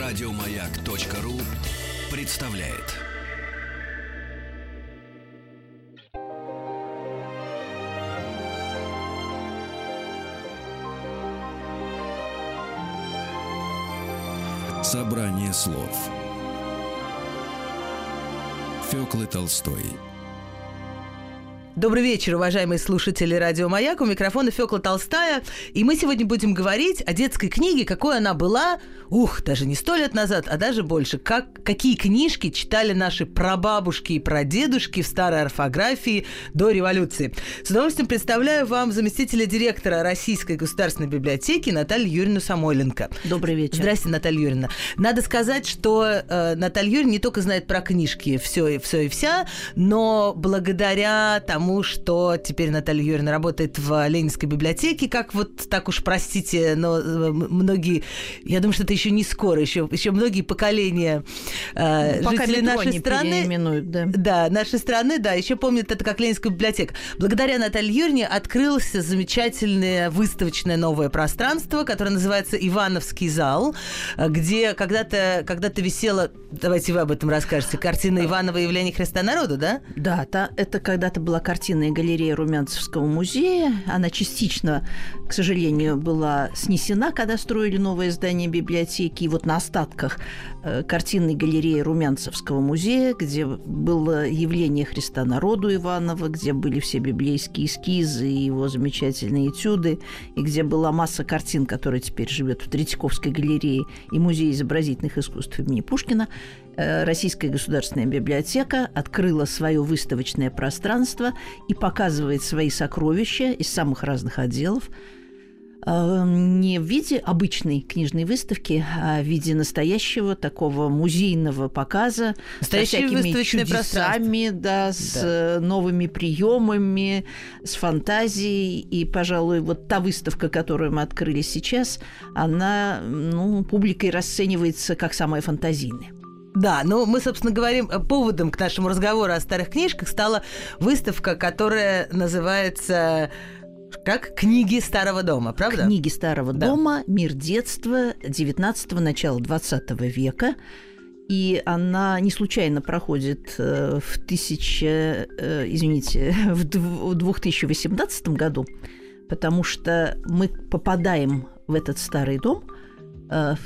Радиомаяк.ру представляет. Собрание слов Фёклы Толстой. Добрый вечер, уважаемые слушатели Радио Маяк. У микрофона Фёкла Толстая. И мы сегодня будем говорить о детской книге, какой она была, даже не 100 лет назад, а даже больше. Какие книжки читали наши прабабушки и прадедушки в старой орфографии до революции. С удовольствием представляю вам заместителя директора Российской государственной библиотеки Наталью Юрьевну Самойленко. Добрый вечер. Здравствуйте, Наталья Юрьевна. Надо сказать, что Наталья Юрьевна не только знает про книжки все и вся, но благодаря тому, что теперь Наталья Юрьевна работает в Ленинской библиотеке, как вот так уж, простите, но многие, я думаю, что это еще не скоро, еще многие поколения жителей нашей страны, нашей страны, еще помнят это как Ленинская библиотека. Благодаря Наталье Юрьевне открылось замечательное выставочное новое пространство, которое называется Ивановский зал, где когда-то висела, давайте вы об этом расскажете, картина Иванова «Явление Христа народу», да? Да, это когда-то была картинная галерея Румянцевского музея. Она частично, к сожалению, была снесена, когда строили новое здание библиотеки. И вот на остатках картинной галереи Румянцевского музея, где было явление Христа народу Иванова, где были все библейские эскизы и его замечательные этюды, и где была масса картин, которая теперь живет в Третьяковской галерее и Музее изобразительных искусств имени Пушкина, Российская государственная библиотека открыла свое выставочное пространство и показывает свои сокровища из самых разных отделов не в виде обычной книжной выставки, а в виде настоящего такого музейного показа с всякими чудесами, с новыми приемами, с фантазией. И, пожалуй, вот та выставка, которую мы открыли сейчас, она публикой расценивается как самая фантазийная. Да, мы, собственно, говорим, поводом к нашему разговору о старых книжках стала выставка, которая называется как «Книги старого дома», правда? «Книги старого дома. Мир детства 19-го, начала 20 века». И она не случайно проходит в 2018 году, потому что мы попадаем в этот старый дом в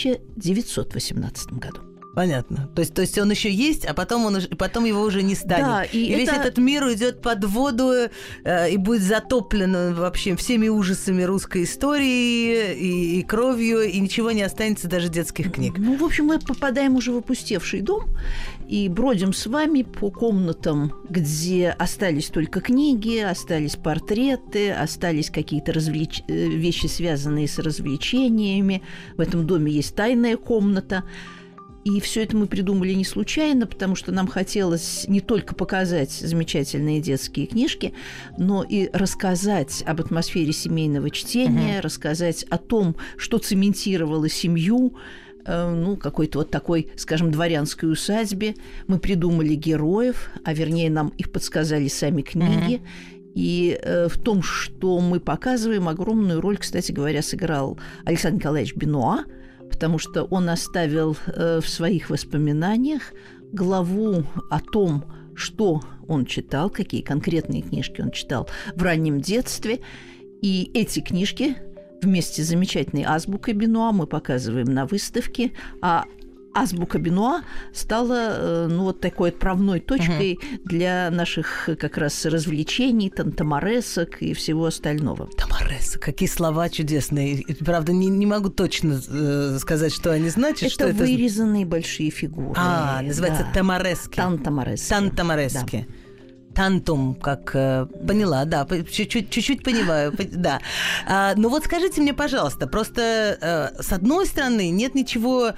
1918 году. Понятно. То есть он еще есть, а потом его уже не станет. Да, и весь этот мир уйдет под воду и будет затоплен вообще всеми ужасами русской истории и кровью, и ничего не останется, даже детских книг. В общем, мы попадаем уже в опустевший дом и бродим с вами по комнатам, где остались только книги, остались портреты, остались какие-то вещи, связанные с развлечениями. В этом доме есть тайная комната. И все это мы придумали не случайно, потому что нам хотелось не только показать замечательные детские книжки, но и рассказать об атмосфере семейного чтения, рассказать о том, что цементировало семью, какой-то вот такой, скажем, дворянской усадьбе. Мы придумали героев, а вернее нам их подсказали сами книги. И в том, что мы показываем, огромную роль, кстати говоря, сыграл Александр Николаевич Бенуа, потому что он оставил в своих воспоминаниях главу о том, что он читал, какие конкретные книжки он читал в раннем детстве. И эти книжки вместе с замечательной азбукой Бенуа мы показываем на выставке. А азбука Бенуа стала такой отправной точкой для наших как раз развлечений, тантаморесок и всего остального. Таморесок, какие слова чудесные. Правда, не могу точно сказать, что они значат. Это вырезанные большие фигуры. Называется таморески. Тантаморески. Да. Тантум, как поняла, да, чуть-чуть понимаю, да. Но вот скажите мне, пожалуйста, просто с одной стороны нет ничего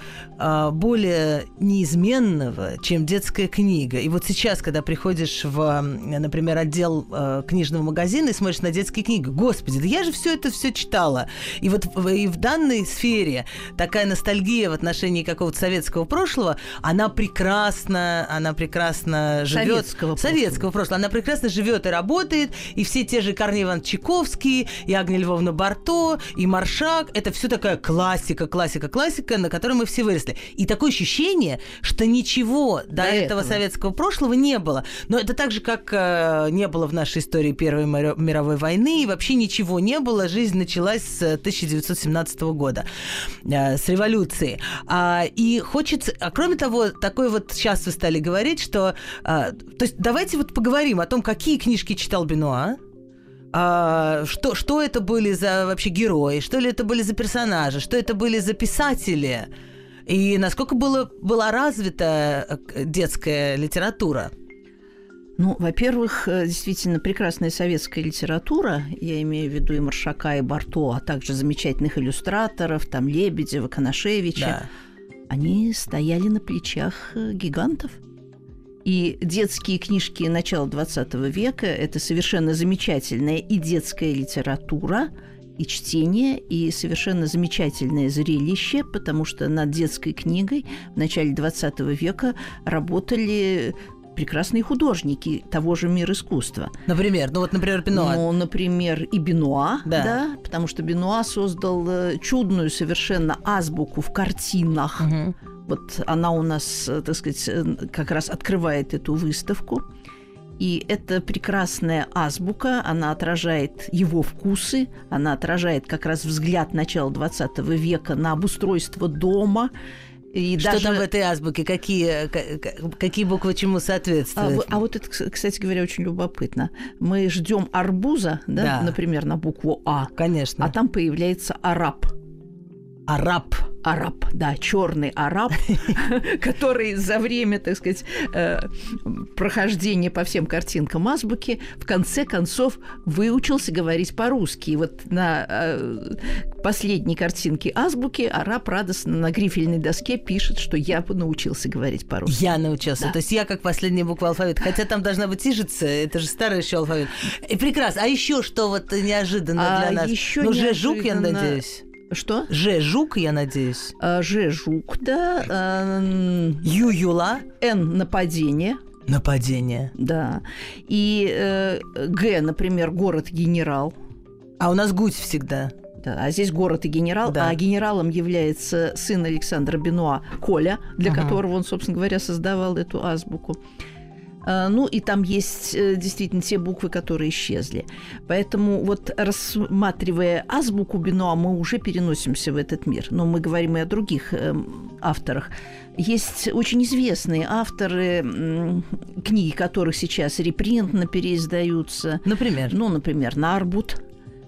более неизменного, чем детская книга. И вот сейчас, когда приходишь в, например, отдел книжного магазина и смотришь на детские книги, господи, да я же все читала. И вот и в данной сфере такая ностальгия в отношении какого-то советского прошлого, она прекрасно живет. Советского прошлого. прошлое. Она прекрасно живет и работает, и все те же Корней Иванович Чайковский, и Агния Львовна Барто, и Маршак. Это все такая классика, на которой мы все выросли. И такое ощущение, что ничего до этого советского прошлого не было. Но это так же, как не было в нашей истории Первой мировой войны, и вообще ничего не было. Жизнь началась с 1917 года, с революции. И хочется... А кроме того, такой вот сейчас вы стали говорить, что... То есть давайте вот поговорим о том, какие книжки читал Бенуа, что это были за вообще герои, что ли это были за персонажи, что это были за писатели, и насколько была развита детская литература. Ну, во-первых, действительно прекрасная советская литература, я имею в виду и Маршака, и Барто, а также замечательных иллюстраторов, там Лебедева, Конашевича, да. Они стояли на плечах гигантов. И детские книжки начала XX века – это совершенно замечательная и детская литература, и чтение, и совершенно замечательное зрелище, потому что над детской книгой в начале XX века работали прекрасные художники того же мира искусства. Например? Например, Бенуа. Например, и Бенуа, да, потому что Бенуа создал чудную совершенно азбуку в картинах. Угу. Вот она у нас, так сказать, как раз открывает эту выставку. И эта прекрасная азбука, она отражает его вкусы, она отражает как раз взгляд начала XX века на обустройство дома. И что даже... там в этой азбуке? Какие буквы чему соответствуют? А вот это, кстати говоря, очень любопытно. Мы ждем арбуза, да, например, на букву А. Конечно. А там появляется араб. Араб, да, черный араб, который за время, так сказать, прохождения по всем картинкам азбуки в конце концов выучился говорить по-русски. И вот на последней картинке азбуки араб радостно на грифельной доске пишет, что я научился говорить по-русски. Я научился. Да. То есть я как последняя буква алфавита. Хотя там должна быть ижица, это же старый еще алфавит. И прекрасно. А еще что вот неожиданно для нас? Жук, я надеюсь. Что? Жук, я надеюсь. Жук, да. Юла. Н – нападение. Нападение. Да. И Г, например, город-генерал. А у нас гусь всегда. Да, а здесь город и генерал. Да. А генералом является сын Александра Бенуа, Коля, для которого он, собственно говоря, создавал эту азбуку. Ну, и там есть действительно те буквы, которые исчезли. Поэтому вот рассматривая азбуку Бенуа, мы уже переносимся в этот мир. Но мы говорим и о других авторах. Есть очень известные авторы, книги которых сейчас репринтно переиздаются. Например? Например, Нарбут.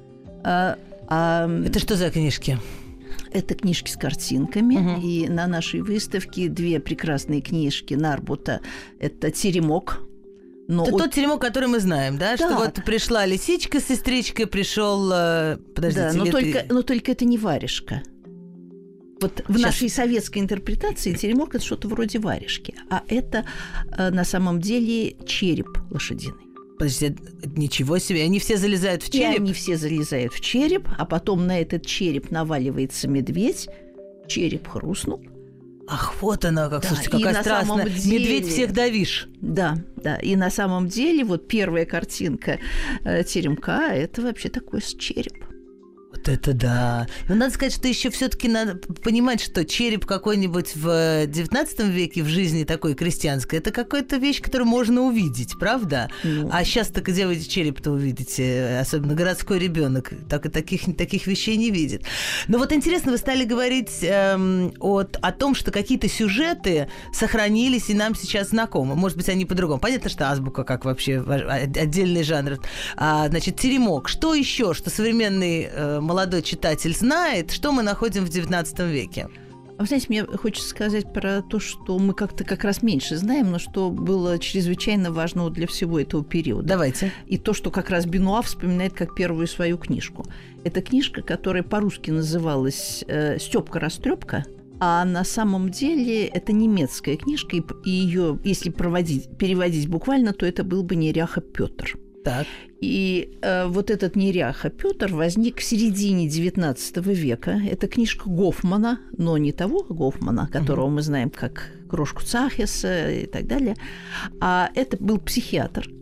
Это что за книжки? Это книжки с картинками. И на нашей выставке две прекрасные книжки Нарбута. Это «Теремок». Это тот теремок, который мы знаем, да? Что вот пришла лисичка с сестричкой, пришел... Подождите, да, но только это не варежка. Вот в нашей советской интерпретации теремок – это что-то вроде варежки. А это на самом деле череп лошадиный. Подожди, ничего себе, они все залезают в череп? И они все залезают в череп, а потом на этот череп наваливается медведь, череп хрустнул. Ах, вот она, как, слушайте, какая страстная. Медведь всех давишь. Да, и на самом деле вот первая картинка теремка – это вообще такой череп. Вот это да. Но надо сказать, что еще все-таки надо понимать, что череп какой-нибудь в 19 веке в жизни такой крестьянской, это какая-то вещь, которую можно увидеть, правда? А сейчас-то где вы череп-то увидите? Особенно городской ребенок таких вещей не видит. Но вот интересно, вы стали говорить о том, что какие-то сюжеты сохранились и нам сейчас знакомы. Может быть, они по-другому. Понятно, что азбука как вообще отдельный жанр. Значит, теремок. Что еще, что современный молодой читатель знает, что мы находим в XIX веке? Вы знаете, мне хочется сказать про то, что мы как-то как раз меньше знаем, но что было чрезвычайно важно для всего этого периода. Давайте. И то, что как раз Бенуа вспоминает как первую свою книжку. Это книжка, которая по-русски называлась «Стёпка-растрёпка», а на самом деле это немецкая книжка, и ее, если переводить буквально, то это был бы «Неряха Пётр». Так. И вот этот неряха Пётр возник в середине XIX века. Это книжка Гофмана, но не того Гофмана, которого мы знаем как Крошку Цахеса и так далее, а это был психиатр,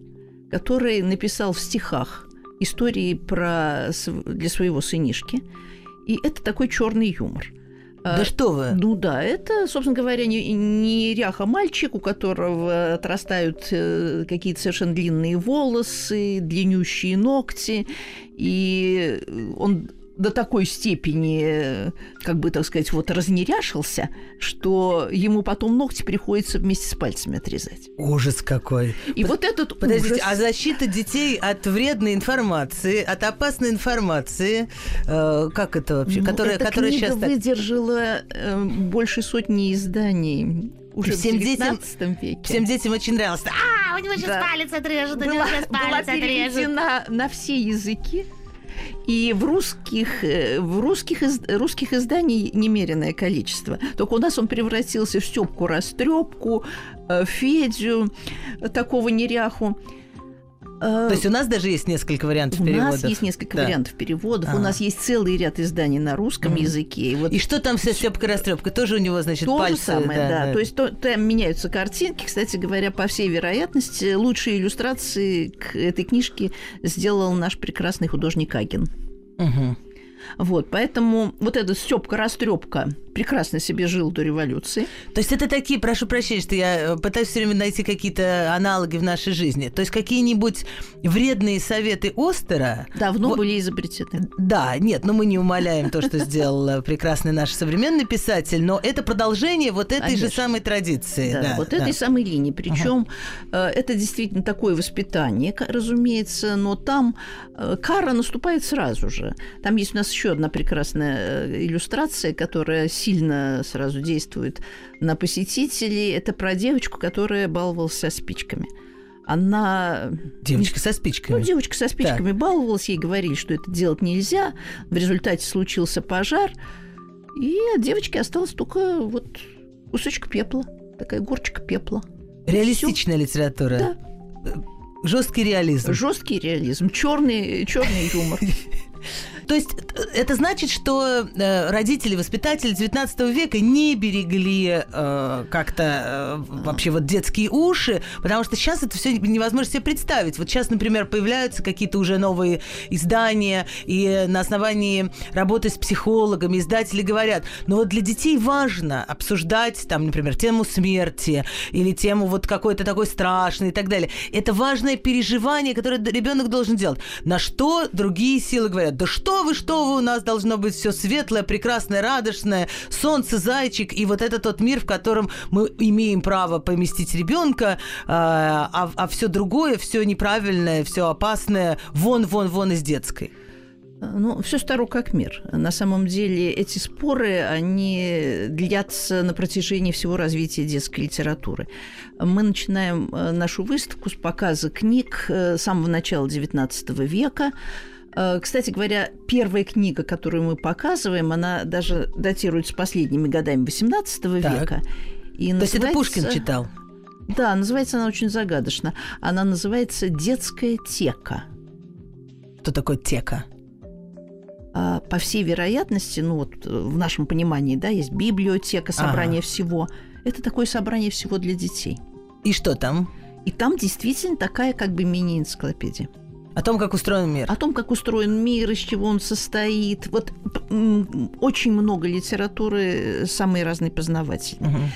который написал в стихах истории для своего сынишки. И это такой черный юмор. Да что вы? Ну да, это, собственно говоря, не неряха-мальчик, у которого отрастают какие-то совершенно длинные волосы, длиннющие ногти, и он до такой степени, как бы, так сказать, вот разнеряшился, что ему потом ногти приходится вместе с пальцами отрезать. Ужас какой. И вот этот Подождите, ужас... а защита детей от вредной информации, от опасной информации, как это вообще? Которая книга сейчас выдержала больше сотни изданий. Уже в 19 веке. Всем детям очень нравилось. У него сейчас палец отрежет, у него сейчас Была палец отрежет. переведена на все языки. И в русских изданий немеренное количество. Только у нас он превратился в Стёпку-растрёпку, Федю, такого неряху. То есть у нас даже есть несколько вариантов переводов? У нас есть несколько вариантов переводов. У нас есть целый ряд изданий на русском языке. И что там вся Стёпка-растрёпка? Тоже у него, значит, пальцы? То же самое, да. То есть там меняются картинки. Кстати говоря, по всей вероятности, лучшие иллюстрации к этой книжке сделал наш прекрасный художник Агин. Угу. Вот, поэтому вот эта Стёпка-растрёпка прекрасно себе жил до революции. То есть это такие, прошу прощения, что я пытаюсь все время найти какие-то аналоги в нашей жизни. То есть какие-нибудь вредные советы Остера... Давно были изобретены. Да, нет, но мы не умаляем то, что сделал прекрасный наш современный писатель, но это продолжение вот этой же самой традиции. Да, вот этой самой линии. Причем это действительно такое воспитание, разумеется, но там кара наступает сразу же. Там есть у нас еще одна прекрасная иллюстрация, которая сильно сразу действует на посетителей. Это про девочку, которая баловалась со спичками. Она... Девочка со спичками. Ну, девочка со спичками баловалась, ей говорили, что это делать нельзя. В результате случился пожар, и от девочки осталось только вот кусочек пепла, такая горочка пепла. Реалистичная литература. Да. Жесткий реализм. Жесткий реализм, черный юмор. То есть это значит, что родители, воспитатели XIX века не берегли как-то вообще вот детские уши, потому что сейчас это все невозможно себе представить. Вот сейчас, например, появляются какие-то уже новые издания, и на основании работы с психологами издатели говорят, но вот для детей важно обсуждать, там, например, тему смерти или тему вот какой-то такой страшной и так далее. Это важное переживание, которое ребенок должен делать. На что другие силы говорят, да что вы, у нас должно быть все светлое, прекрасное, радостное, солнце, зайчик, и вот это тот мир, в котором мы имеем право поместить ребенка, а все другое, все неправильное, все опасное, вон из детской. Ну, все старо как мир. На самом деле эти споры, они длятся на протяжении всего развития детской литературы. Мы начинаем нашу выставку с показа книг с самого начала XIX века. Кстати говоря, первая книга, которую мы показываем, она даже датируется последними годами XVIII века. И то есть это Пушкин читал? Да, называется она очень загадочно. Она называется «Детская тека». Что такое тека? По всей вероятности, ну вот в нашем понимании, да, есть библиотека, собрание всего. Это такое собрание всего для детей. И что там? И там действительно такая как бы мини-энциклопедия. О том, как устроен мир. О том, как устроен мир, из чего он состоит. Вот очень много литературы, самые разные познавательные.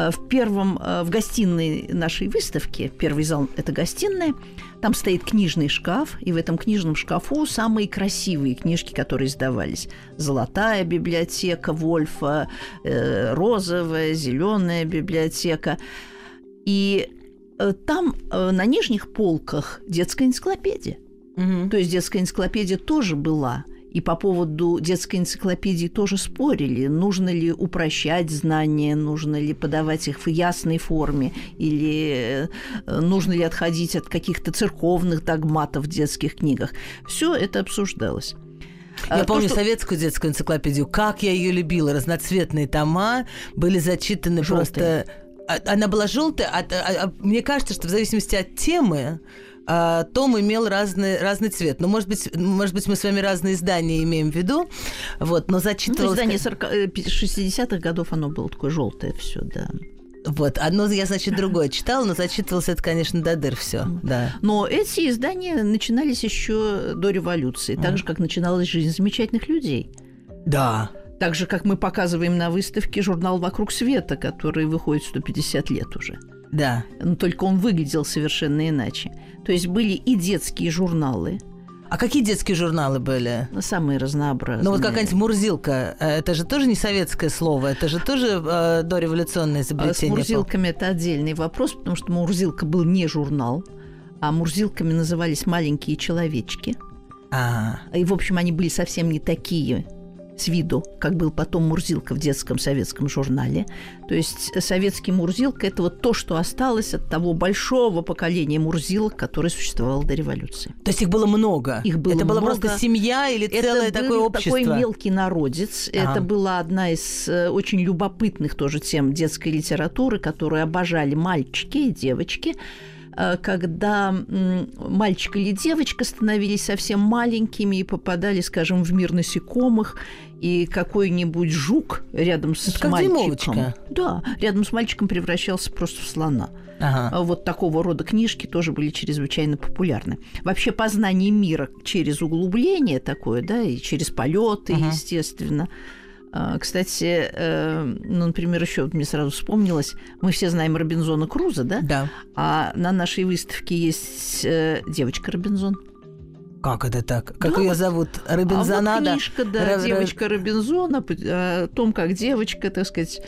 В гостиной нашей выставки, первый зал – это гостиная, там стоит книжный шкаф, и в этом книжном шкафу самые красивые книжки, которые издавались. «Золотая библиотека» Вольфа, «Розовая», «Зеленая библиотека». И там на нижних полках детская энциклопедия. То есть детская энциклопедия тоже была. И по поводу детской энциклопедии тоже спорили, нужно ли упрощать знания, нужно ли подавать их в ясной форме, или нужно ли отходить от каких-то церковных догматов в детских книгах. Все это обсуждалось. Я помню советскую детскую энциклопедию. Как я ее любила. Разноцветные тома были зачитаны желтые. Просто... Она была желтая. Мне кажется, что в зависимости от темы том имел разный цвет. Но, может быть, мы с вами разные издания имеем в виду. Вот, но зачитывалось... Издание 60-х годов, оно было такое желтое все, да. Вот, одно я, значит, другое читала, но зачитывалось это, конечно, до дыр все, да. Но эти издания начинались еще до революции, так же, как начиналась жизнь замечательных людей. Да. Так же, как мы показываем на выставке журнал «Вокруг света», который выходит 150 лет уже. Да. Но только он выглядел совершенно иначе. То есть были и детские журналы. А какие детские журналы были? Самые разнообразные. Ну вот какая-нибудь «Мурзилка», это же тоже не советское слово, это же тоже дореволюционное изобретение. С «Мурзилками» это отдельный вопрос, потому что «Мурзилка» был не журнал, а «Мурзилками» назывались маленькие человечки. И, в общем, они были совсем не такие с виду, как был потом «Мурзилка» в детском советском журнале. То есть советский «Мурзилка» – это вот то, что осталось от того большого поколения «Мурзилок», которое существовало до революции. То есть их было много? Их было это много. была просто семья или целое такое общество? Это такой мелкий народец. Это была одна из очень любопытных тоже тем детской литературы, которую обожали мальчики и девочки. Когда мальчик или девочка становились совсем маленькими и попадали, скажем, в мир насекомых, и какой-нибудь жук рядом с мальчиком, да, рядом с мальчиком превращался просто в слона. Вот такого рода книжки тоже были чрезвычайно популярны. Вообще познание мира через углубление такое, да, и через полеты, естественно. Кстати, например, еще мне сразу вспомнилось, мы все знаем Робинзона Круза, да? Да. А на нашей выставке есть девочка Робинзон. Как это так? Как ее зовут? Робинзонада? А вот книжка, да, девочка Робинзона, о том, как девочка, так сказать,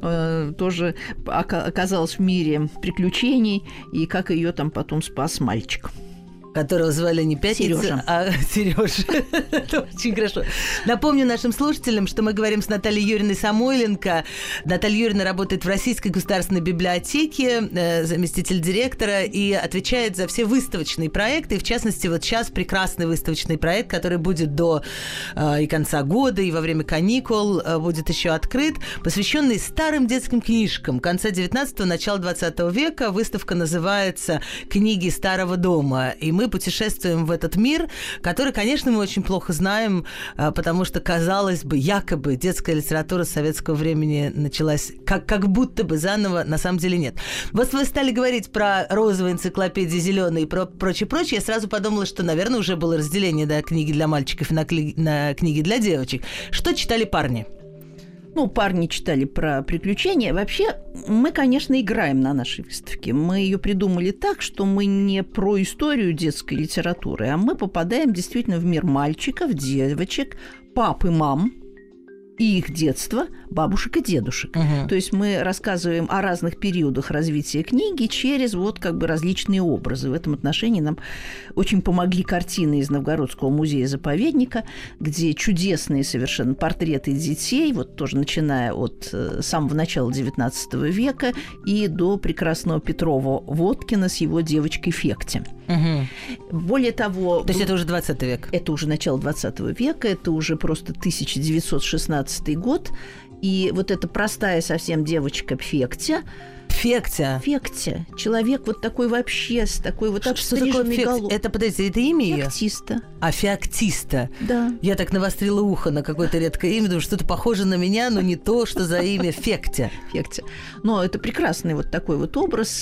тоже оказалась в мире приключений, и как ее там потом спас мальчик. Которого звали не Пятница, Серёжа. а Серёжа. Это очень хорошо. Напомню нашим слушателям, что мы говорим с Натальей Юрьевной Самойленко. Наталья Юрьевна работает в Российской государственной библиотеке, заместитель директора, и отвечает за все выставочные проекты. И, в частности, вот сейчас прекрасный выставочный проект, который будет до и конца года, и во время каникул будет еще открыт, посвященный старым детским книжкам конца 19-го, начала 20 века. Выставка называется «Книги старого дома». И мы путешествуем в этот мир, который, конечно, мы очень плохо знаем, потому что, казалось бы, якобы детская литература советского времени началась как будто бы заново, на самом деле нет. Вот вы стали говорить про розовые энциклопедии, зеленые и прочее. Я сразу подумала, что, наверное, уже было разделение, да, книги для мальчиков и на книги для девочек. Что читали парни? Ну, парни читали про приключения. Вообще, мы, конечно, играем на нашей выставке. Мы ее придумали так, что мы не про историю детской литературы, а мы попадаем действительно в мир мальчиков, девочек, пап и мам, и их детство, бабушек и дедушек. То есть мы рассказываем о разных периодах развития книги через вот как бы различные образы. В этом отношении нам очень помогли картины из Новгородского музея-заповедника, где чудесные совершенно портреты детей, вот тоже начиная от самого начала XIX века и до прекрасного Петрова Водкина с его девочкой Фекте. Более того... То есть это уже 20 век? Это уже начало 20 века, это уже просто 1916 год. И вот эта простая совсем девочка Фектя. Фектя? Фектя. Человек вот такой вообще, с такой вот обстриженной головой. Это, подождите, это имя её? Феоктиста. А, Феоктиста. Да. Я так навострила ухо на какое-то редкое имя, думаю, что-то похоже на меня, но не то, что за имя Фектя. Фектя. Но это прекрасный вот такой вот образ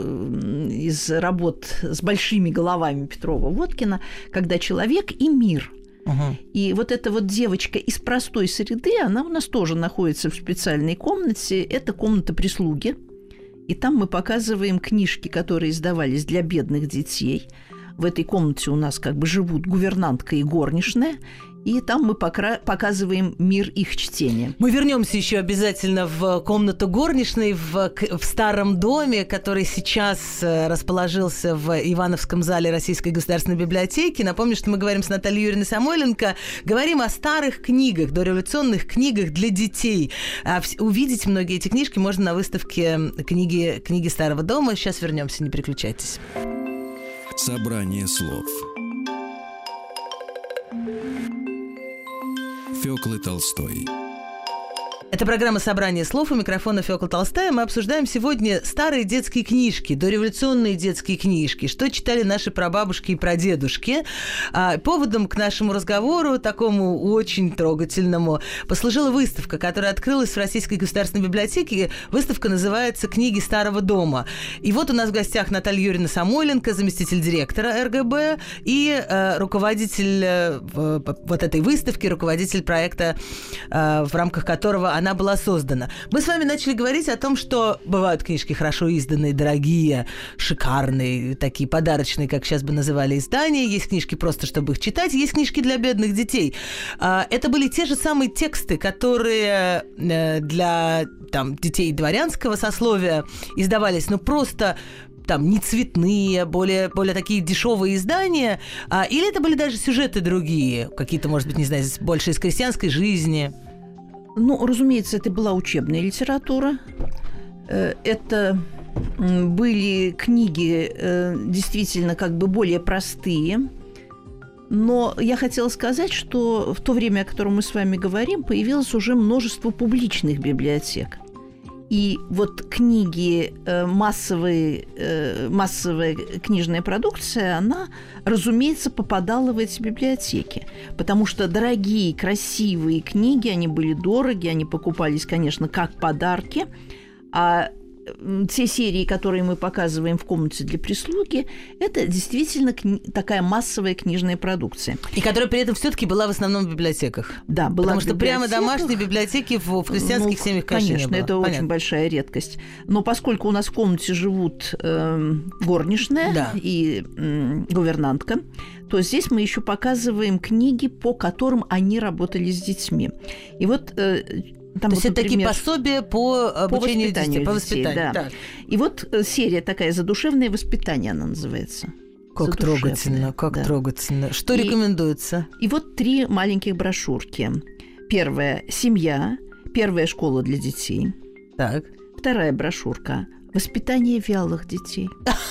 из работ с большими головами Петрова-Водкина, когда человек и мир. И вот эта вот девочка из простой среды, она у нас тоже находится в специальной комнате. Это комната прислуги. И там мы показываем книжки, которые издавались для бедных детей. В этой комнате у нас как бы живут гувернантка и горничная. И там мы показываем мир их чтения. Мы вернемся еще обязательно в комнату горничной в старом доме, который сейчас расположился в Ивановском зале Российской государственной библиотеки. Напомню, что мы говорим с Натальей Юрьевной Самойленко. Говорим о старых книгах, дореволюционных книгах для детей. Увидеть многие эти книжки можно на выставке «Книги старого дома». Сейчас вернемся, не переключайтесь. Собрание слов Фёклы Толстой. Это программа «Собрание слов». У микрофона Фёкла Толстая. Мы обсуждаем сегодня старые детские книжки, дореволюционные детские книжки. Что читали наши прабабушки и прадедушки. Поводом к нашему разговору, такому очень трогательному, послужила выставка, которая открылась в Российской государственной библиотеке. Выставка называется «Книги старого дома». И вот у нас в гостях Наталья Юрьевна Самойленко, заместитель директора РГБ и руководитель вот этой выставки, руководитель проекта, в рамках которого она была создана. Мы с вами начали говорить о том, что бывают книжки хорошо изданные, дорогие, шикарные, такие подарочные, как сейчас бы называли, издания. Есть книжки просто, чтобы их читать. Есть книжки для бедных детей. Это были те же самые тексты, которые для детей дворянского сословия издавались, но просто не цветные, более такие дешевые издания, или это были даже сюжеты другие, какие-то, может быть, не знаю, больше из крестьянской жизни? Разумеется, это была учебная литература. Это были книги действительно более простые. Но я хотела сказать, что в то время, о котором мы с вами говорим, появилось уже множество публичных библиотек. И вот книги, массовая книжная продукция, она, разумеется, попадала в эти библиотеки. Потому что дорогие, красивые книги, они были дороги, они покупались, конечно, как подарки. А те серии, которые мы показываем в комнате для прислуги, это действительно такая массовая книжная продукция. И которая при этом все-таки была в основном в библиотеках. Да, была. Потому что прямо домашние библиотеки в крестьянских семьях, конечно, не было. Конечно, это очень большая редкость. Но поскольку у нас в комнате живут горничная и гувернантка, то здесь мы еще показываем книги, по которым они работали с детьми. И вот то есть это такие пособия по обучению детей, по воспитанию. Да. И вот серия такая «Задушевное воспитание» она называется. Как трогательно, трогательно. Что рекомендуется? И вот 3 маленьких брошюрки. Первая – «Семья», первая школа для детей. Так. Вторая брошюрка – «Воспитание вялых детей».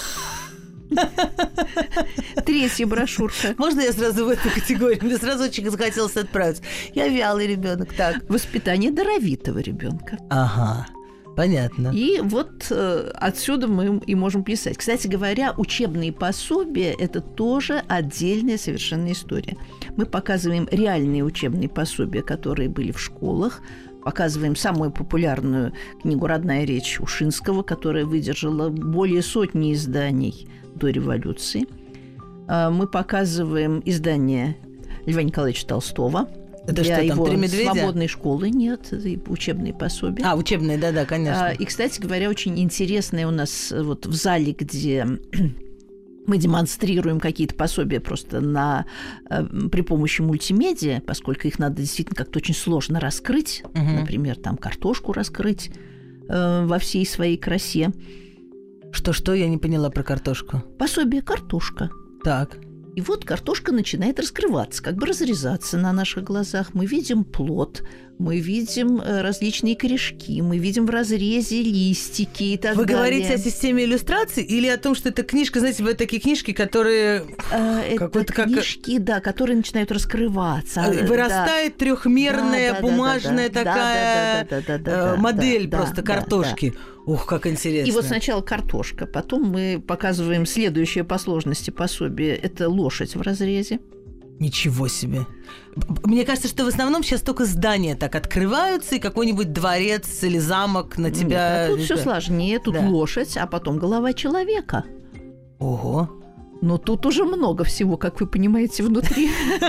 Третья брошюрка. Можно я сразу в эту категорию? Мне сразу очень захотелось отправиться. Я вялый ребенок, так. Воспитание даровитого ребенка. Ага, понятно. И вот отсюда мы и можем писать. Кстати говоря, учебные пособия – это тоже отдельная совершенно история. Мы показываем реальные учебные пособия, которые были в школах. Показываем самую популярную книгу «Родная речь» Ушинского, которая выдержала более 100 изданий до революции. Мы показываем издание Льва Николаевича Толстого. Это для что там, его «Три медведя»? Свободной школы нет, это учебные пособия. Учебные, да, конечно. И, кстати говоря, очень интересное у нас вот в зале, где мы демонстрируем какие-то пособия просто при помощи мультимедиа, поскольку их надо действительно как-то очень сложно раскрыть. Например, картошку раскрыть во всей своей красе. Что? Я не поняла про картошку. Пособие «Картошка». Так. И вот картошка начинает раскрываться, разрезаться на наших глазах. Мы видим плод, мы видим различные корешки, мы видим в разрезе листики и так далее. Вы говорите о системе иллюстраций или о том, что это книжка, знаете, вот такие книжки, которые... Это книжки, которые начинают раскрываться. Вырастает трехмерная бумажная такая модель просто картошки. Ух, как интересно. И вот сначала картошка, потом мы показываем следующее по сложности пособие. Это лошадь в разрезе. Ничего себе. Мне кажется, что в основном сейчас только здания так открываются, и какой-нибудь дворец или замок на тебя... Нет, тут все сложнее. Тут лошадь, а потом голова человека. Ого. Но тут уже много всего, как вы понимаете, внутри.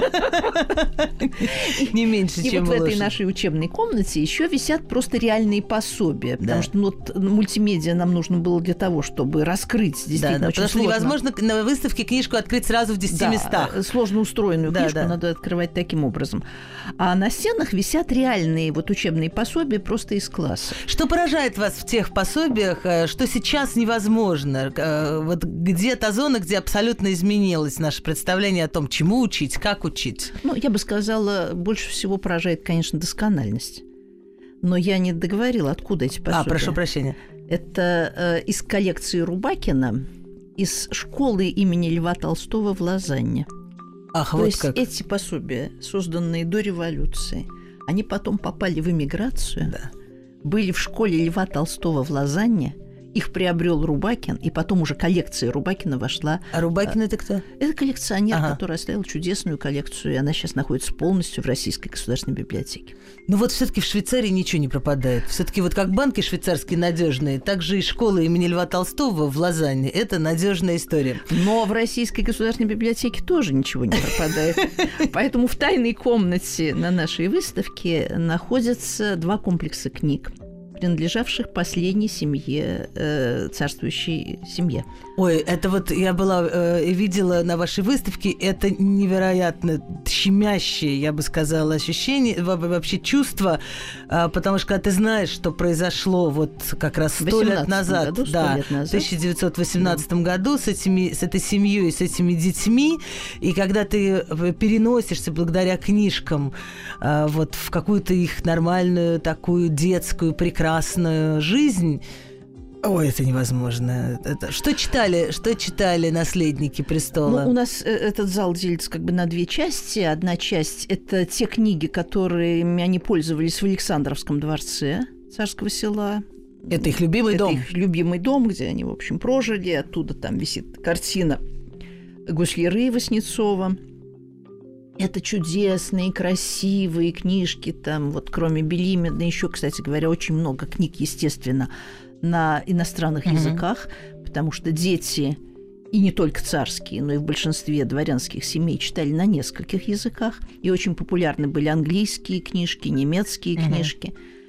Не меньше, чем в этой нашей учебной комнате еще висят просто реальные пособия. Потому что мультимедиа нам нужно было для того, чтобы раскрыть действительно очень сложно. Потому что невозможно на выставке книжку открыть сразу в 10 местах. Сложно устроенную книжку надо открывать таким образом. А на стенах висят реальные учебные пособия просто из класса. Что поражает вас в тех пособиях, что сейчас невозможно? Вот где та зона, где абсолютно изменилось наше представление о том, чему учить, как учить? Я бы сказала, больше всего поражает, конечно, доскональность. Но я не договорила, откуда эти пособия. Прошу прощения. Это из коллекции Рубакина, из школы имени Льва Толстого в Лозанне. Ах, То вот есть как. эти пособия, созданные до революции, Они потом попали в эмиграцию, Да. были в школе Льва Толстого в Лозанне, их приобрел Рубакин, и потом уже коллекция Рубакина вошла. А Рубакин это кто? Это коллекционер, Ага. который оставил чудесную коллекцию, и она сейчас находится полностью в Российской государственной библиотеке. Ну вот все-таки в Швейцарии ничего не пропадает. Все-таки вот как банки швейцарские надежные, так же и школа имени Льва Толстого в Лозанне. Это надежная история. Но в Российской государственной библиотеке тоже ничего не пропадает. Поэтому в тайной комнате на нашей выставке находятся 2 комплекса книг, принадлежавших последней семье, царствующей семье. Ой, это вот я была и видела на вашей выставке, это невероятно щемящее, я бы сказала, ощущение, вообще чувство, потому что когда ты знаешь, что произошло вот как раз 100 лет назад, году, 100 да, лет назад. в 1918 году с этой семьей, с этими детьми, и когда ты переносишься благодаря книжкам вот в какую-то их нормальную такую детскую прекрасную жизнь. Ой, это невозможно. Что читали наследники престола? Ну, у нас этот зал делится как бы на 2 части. Одна часть – это те книги, которыми они пользовались в Александровском дворце Царского Села. Это их любимый дом. Это их любимый дом, где они, в общем, прожили. Оттуда там висит картина Гусляры Васнецова. Это чудесные, красивые книжки. Там вот кроме Белимина еще, кстати говоря, очень много книг, естественно, на иностранных языках, потому что дети, и не только царские, но и в большинстве дворянских семей, читали на нескольких языках. И очень популярны были английские книжки, немецкие книжки.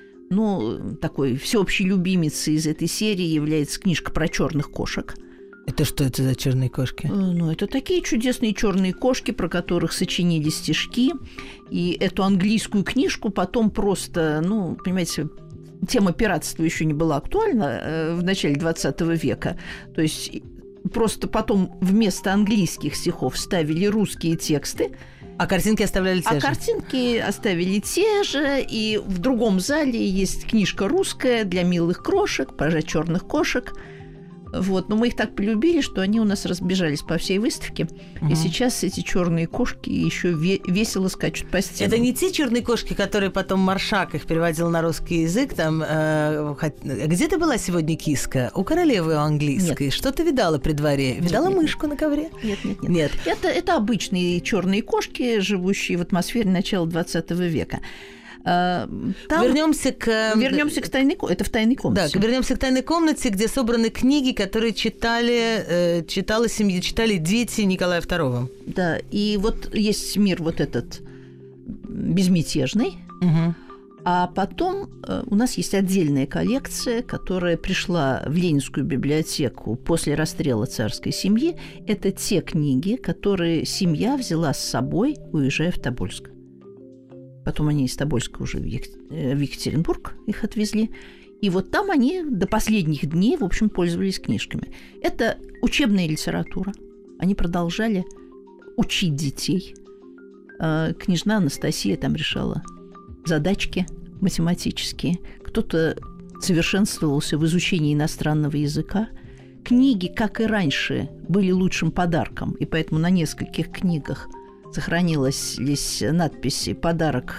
Ну, такой всеобщей любимицей из этой серии является книжка про черных кошек. Это что это за черные кошки? Ну, это такие чудесные черные кошки, про которых сочинили стишки. И эту английскую книжку потом просто, ну, понимаете, тема пиратства еще не была актуальна в начале 20 века. То есть просто потом вместо английских стихов ставили русские тексты. А картинки оставляли те же? А картинки оставили те же. И в другом зале есть книжка русская для милых крошек, про черных кошек. Вот. Но мы их так полюбили, что они у нас разбежались по всей выставке. И сейчас эти черные кошки еще весело скачут по стенам. Это не те черные кошки, которые потом Маршак их переводил на русский язык. Там, где ты была сегодня, киска? У королевы английской. Нет. Что ты видала при дворе? Видала мышку на ковре? Нет. Это обычные черные кошки, живущие в атмосфере начала 20 века. Вернемся к тайной комнате. Это в тайной комнате. Да, вернемся к тайной комнате, где собраны книги, которые читала семья, читали дети Николая II. Да, и вот есть мир вот этот безмятежный. А потом у нас есть отдельная коллекция, которая пришла в Ленинскую библиотеку после расстрела царской семьи. Это те книги, которые семья взяла с собой, уезжая в Тобольск. Потом они из Тобольска уже в Екатеринбург их отвезли. И вот там они до последних дней, в общем, пользовались книжками. Это учебная литература. Они продолжали учить детей. Княжна Анастасия там решала задачки математические. Кто-то совершенствовался в изучении иностранного языка. Книги, как и раньше, были лучшим подарком. И поэтому на нескольких книгах сохранилась надпись «Подарок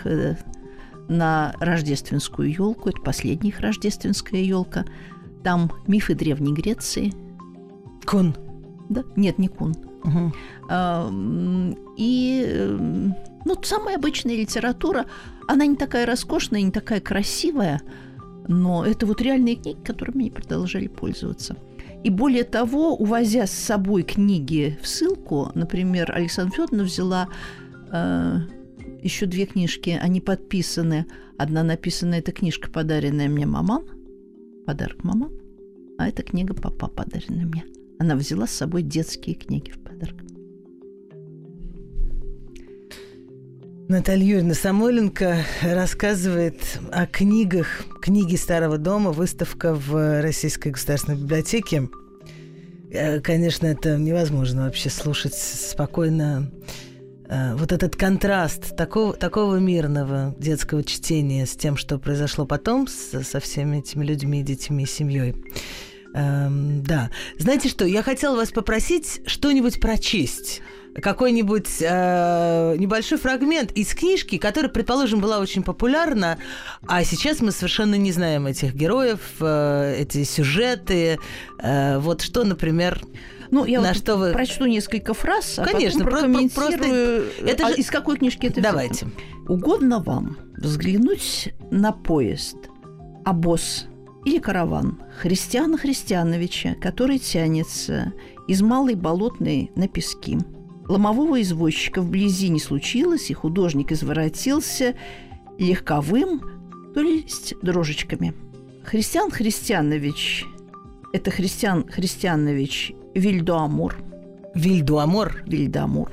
на рождественскую елку». Это последняя их рождественская елка. Там мифы Древней Греции. Кун. Да? Нет, не Кун. Самая обычная литература. Она не такая роскошная, не такая красивая, но это вот реальные книги, которыми они продолжали пользоваться. И более того, увозя с собой книги в ссылку, например, Александра Фёдоровна взяла еще 2 книжки, они подписаны. Одна написана, это книжка, подаренная мне маман, подарок маман, а это книга папа, подаренная мне. Она взяла с собой детские книги в подарок. Наталья Юрьевна Самойленко рассказывает о книгах, книги Старого дома, выставка в Российской государственной библиотеке. Конечно, это невозможно вообще слушать спокойно. Вот этот контраст такого мирного детского чтения с тем, что произошло потом со всеми этими людьми, детьми, семьей. Да. Знаете что, я хотела вас попросить что-нибудь прочесть. какой-нибудь небольшой фрагмент из книжки, которая, предположим, была очень популярна, а сейчас мы совершенно не знаем этих героев, эти сюжеты. Вот что, например... Я прочту несколько фраз, конечно, а потом прокомментирую. Это из какой книжки это Давайте. взято? Угодно вам взглянуть на поезд, обоз или караван Христиана Христиановича, который тянется из Малой Болотной на Пески. Ломового извозчика вблизи не случилось, и художник изворотился легковым, то есть дрожечками. Христиан Христианович – это Христиан Христианович Вильдуамур. Вильдуамур? Вильдуамур.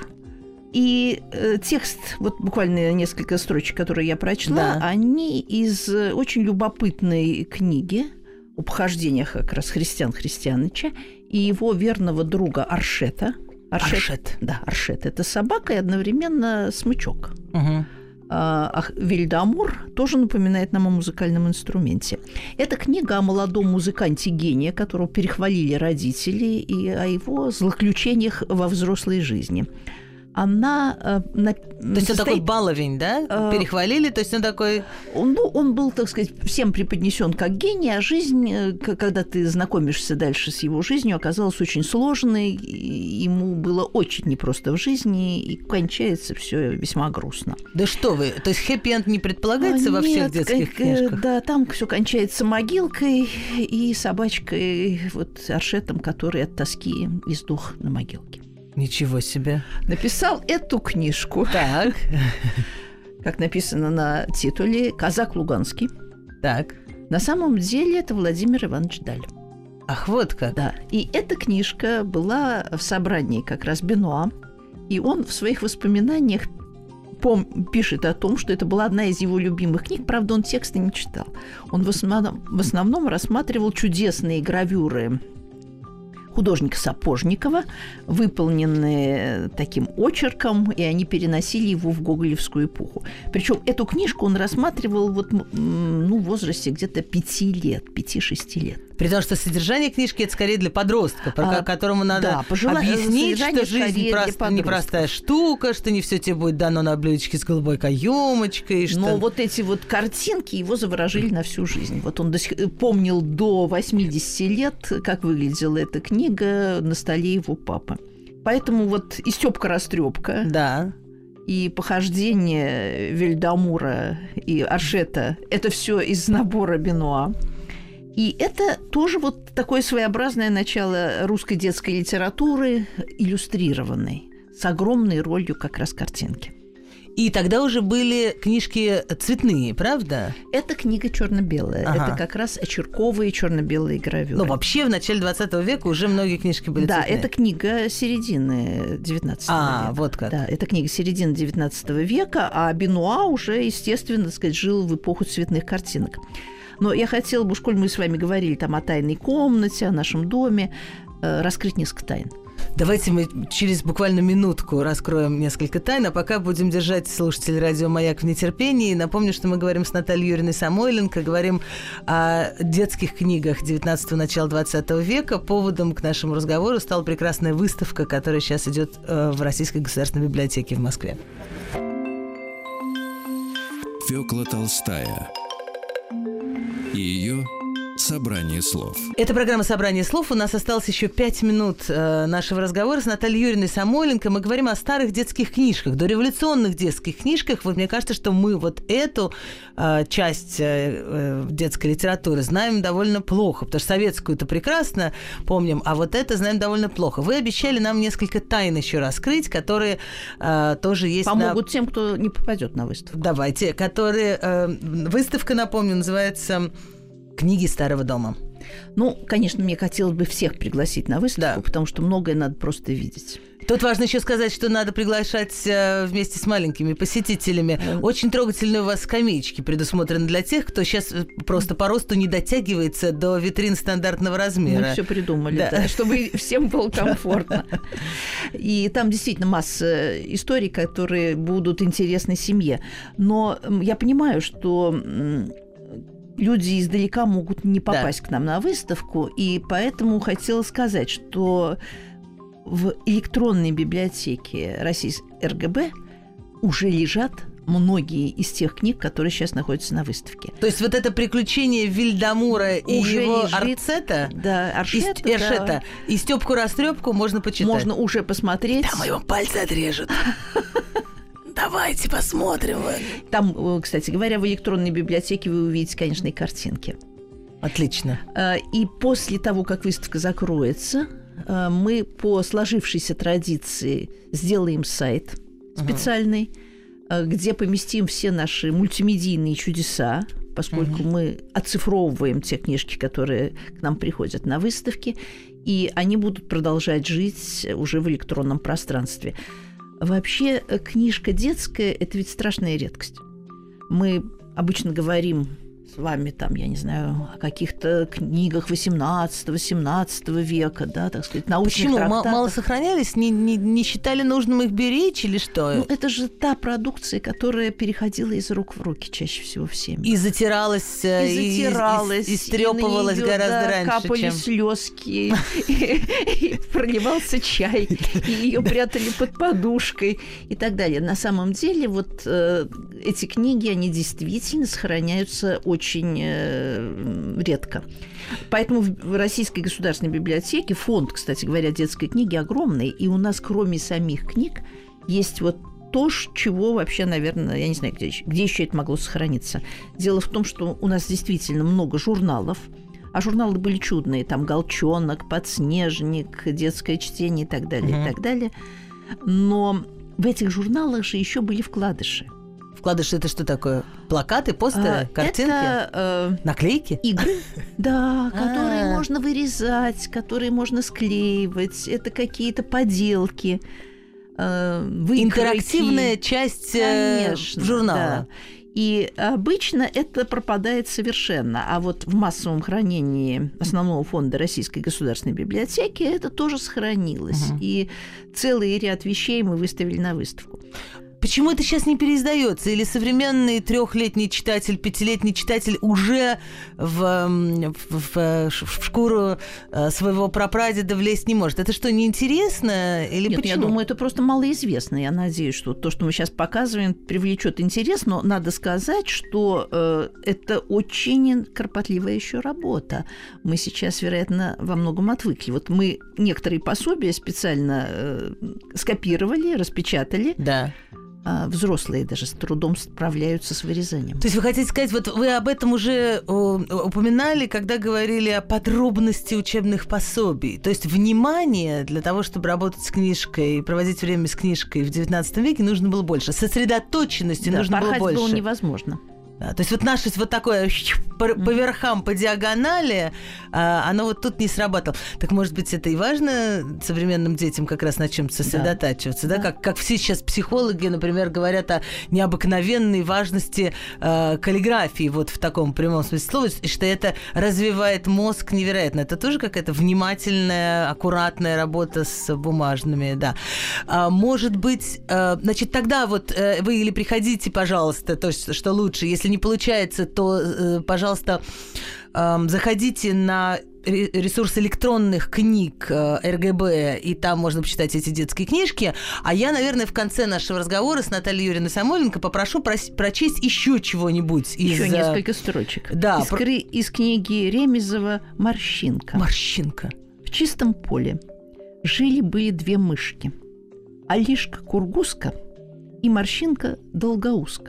И текст, вот буквально несколько строчек, которые я прочла, они из очень любопытной книги о похождениях как раз Христиан Христиановича и его верного друга Аршета. Аршет. Да, Аршет. Это собака и одновременно смычок. Угу. Вильдуамур тоже напоминает нам о музыкальном инструменте. Это книга о молодом музыканте гения, которого перехвалили родители, и о его злоключениях во взрослой жизни. Она... То есть он такой баловень, да? Перехвалили, то есть он такой... Он был, так сказать, всем преподнесен как гений, а жизнь, когда ты знакомишься дальше с его жизнью, оказалась очень сложной, ему было очень непросто в жизни, и кончается все весьма грустно. Да что вы, то есть хэппи-энд не предполагается во всех детских книжках? Да, там все кончается могилкой и собачкой, вот Аршетом, который от тоски издох на могилке. Ничего себе. Написал эту книжку. Так. Как написано на титуле, казак Луганский. Так. На самом деле это Владимир Иванович Даль. Ах, вот как. Да. И эта книжка была в собрании как раз Бенуа. И он в своих воспоминаниях пишет о том, что это была одна из его любимых книг. Правда, он тексты не читал. Он в основном рассматривал чудесные гравюры художника Сапожникова, выполненные таким очерком, и они переносили его в гоголевскую эпоху. Причем эту книжку он рассматривал в возрасте где-то 5-6 лет. При том, что содержание книжки – это скорее для подростка, которому надо объяснить, что жизнь непростая штука, что не все тебе будет дано на блюдечке с голубой каемочкой. Но вот эти вот картинки его заворожили на всю жизнь. Вот он помнил до 80 лет, как выглядела эта книга на столе его папы. Поэтому вот и Стёпка-растрёпка, да, и похождение Вильдуамура и Аршета – это все из набора Бенуа. И это тоже вот такое своеобразное начало русской детской литературы, иллюстрированной, с огромной ролью как раз картинки. И тогда уже были книжки цветные, правда? Это книга черно-белая. Ага. Это как раз очерковые черно-белые гравюры. Но вообще в начале 20 века уже многие книжки были цветные. Да, это книга середины 19 века. Вот как. Да, это книга середины 19 века, а Бенуа уже, естественно, так сказать, жил в эпоху цветных картинок. Но я хотела бы, коль мы с вами говорили там о тайной комнате, о нашем доме, раскрыть несколько тайн. Давайте мы через буквально минутку раскроем несколько тайн, а пока будем держать слушателей радио «Маяк» в нетерпении. Напомню, что мы говорим с Натальей Юрьевной Самойленко, говорим о детских книгах 19-го, начала 20 века. Поводом к нашему разговору стала прекрасная выставка, которая сейчас идет в Российской государственной библиотеке в Москве. Фёкла Толстая и ее «Собрание слов». Это программа «Собрание слов». У нас осталось еще 5 минут нашего разговора с Натальей Юрьевной Самойленко. Мы говорим о старых детских книжках, дореволюционных детских книжках. Вот мне кажется, что мы вот эту часть детской литературы знаем довольно плохо, потому что советскую-то прекрасно помним, а вот это знаем довольно плохо. Вы обещали нам несколько тайн еще раскрыть, которые тоже есть. Помогут тем, кто не попадет на выставку. Давайте, которые... выставка, напомню, называется «Книги старого дома». Ну, конечно, мне хотелось бы всех пригласить на выставку, потому что многое надо просто видеть. Тут важно еще сказать, что надо приглашать вместе с маленькими посетителями. Очень трогательные у вас скамеечки предусмотрены для тех, кто сейчас просто по росту не дотягивается до витрин стандартного размера. Мы все придумали, да, чтобы всем было комфортно. И там действительно масса историй, которые будут интересны семье. Но я понимаю, что люди издалека могут не попасть к нам на выставку, и поэтому хотела сказать, что в электронной библиотеке Российской РГБ уже лежат многие из тех книг, которые сейчас находятся на выставке. То есть вот это «Приключение Вильдамура» и уже его лежит, Арцета, да, Эршета, и «Стёпку-растрёпку» можно почитать. Можно уже посмотреть. Там его пальцы отрежут. Давайте посмотрим. Там, кстати говоря, в электронной библиотеке вы увидите, конечно, и картинки. Отлично. И после того, как выставка закроется, мы по сложившейся традиции сделаем сайт специальный, где поместим все наши мультимедийные чудеса, поскольку мы оцифровываем те книжки, которые к нам приходят на выставки, и они будут продолжать жить уже в электронном пространстве. Вообще, книжка детская – это ведь страшная редкость. Мы обычно говорим с вами, там, я не знаю, о каких-то книгах 18-17 века, да, так сказать, научных Почему? трактатах. Мало сохранялись? Не считали нужным их беречь или что? Ну, это же та продукция, которая переходила из рук в руки чаще всего всем. И затиралась, и стрёпывалась гораздо раньше, капали чем... слезки, и проливался чай, и ее прятали под подушкой и так далее. На самом деле, вот эти книги, они действительно сохраняются очень редко. Поэтому в Российской государственной библиотеке фонд, кстати говоря, детской книги огромный, и у нас, кроме самих книг, есть вот то, чего вообще, наверное, я не знаю, где еще это могло сохраниться. Дело в том, что у нас действительно много журналов, а журналы были чудные, там «Голчонок», «Подснежник», «Детское чтение» и так далее, и так далее. Но в этих журналах же еще были вкладыши. Вкладыши – это что такое? Плакаты, постеры, картинки? Это наклейки? Игры, да, которые можно вырезать, которые можно склеивать. Это какие-то поделки, выкройки. Интерактивная часть журнала. Да. И обычно это пропадает совершенно. А вот в массовом хранении основного фонда Российской государственной библиотеки это тоже сохранилось. И целый ряд вещей мы выставили на выставку. Почему это сейчас не переиздается? Или современный 3-летний читатель, 5-летний читатель уже в шкуру своего прапрадеда влезть не может? Это что, неинтересно? Или Нет, почему? Я думаю, это просто малоизвестно. Я надеюсь, что то, что мы сейчас показываем, привлечет интерес. Но надо сказать, что это очень кропотливая еще работа. Мы сейчас, вероятно, во многом отвыкли. Вот мы некоторые пособия специально скопировали, распечатали. Да. Взрослые даже с трудом справляются с вырезанием. То есть вы хотите сказать, вот вы об этом уже упоминали, когда говорили о подробности учебных пособий. То есть внимание для того, чтобы работать с книжкой и проводить время с книжкой в XIX веке, нужно было больше. Сосредоточенности нужно было больше. Порхать было невозможно. Да, то есть вот наше вот такое по верхам, по диагонали, оно вот тут не срабатывало. Так, может быть, это и важно современным детям как раз на чем-то сосредотачиваться, да? Как все сейчас психологи, например, говорят о необыкновенной важности каллиграфии, вот в таком прямом смысле слова, что это развивает мозг невероятно. Это тоже какая-то внимательная, аккуратная работа с бумажными, да. Может быть, значит, тогда вот вы или приходите, пожалуйста, то есть, что лучше, если не получается, то, пожалуйста, заходите на ресурс электронных книг РГБ, и там можно почитать эти детские книжки. А я, наверное, в конце нашего разговора с Натальей Юрьевной Самойленко попрошу прочесть еще чего-нибудь. Еще несколько строчек. Да, из книги Ремезова «Морщинка». «Морщинка». В чистом поле жили-были две мышки. Алишка Кургуска и Морщинка Долгоуска.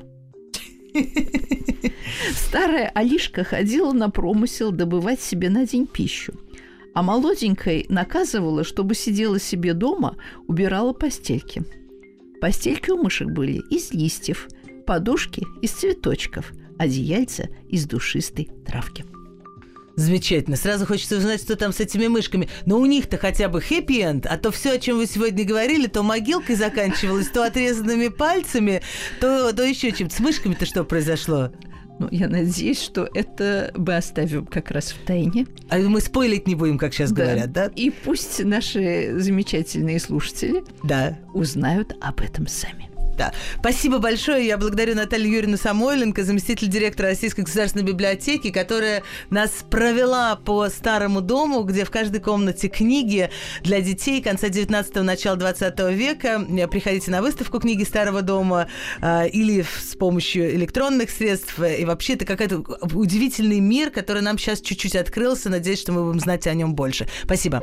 Старая Алишка ходила на промысел добывать себе на день пищу, а молоденькой наказывала, чтобы сидела себе дома, убирала постельки. Постельки у мышек были из листьев, подушки из цветочков, одеяльца из душистой травки. Замечательно. Сразу хочется узнать, что там с этими мышками. Но у них-то хотя бы хэппи-энд, а то все, о чем вы сегодня говорили, то могилкой заканчивалось, то отрезанными пальцами, то еще чем-то. С мышками-то что произошло? Ну, я надеюсь, что это мы оставим как раз в тайне. А мы спойлить не будем, как сейчас говорят, да? И пусть наши замечательные слушатели узнают об этом сами. Да. Спасибо большое. Я благодарю Наталью Юрьевну Самойленко, заместитель директора Российской государственной библиотеки, которая нас провела по Старому дому, где в каждой комнате книги для детей конца 19-го, начала 20 века. Приходите на выставку книги Старого дома или с помощью электронных средств. И вообще это какой-то удивительный мир, который нам сейчас чуть-чуть открылся. Надеюсь, что мы будем знать о нем больше. Спасибо.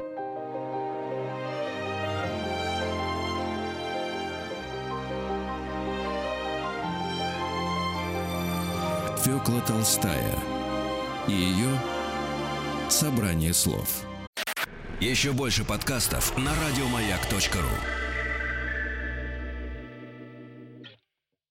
Фёкла Толстая и ее собрание слов. Еще больше подкастов на радиомаяк.ру.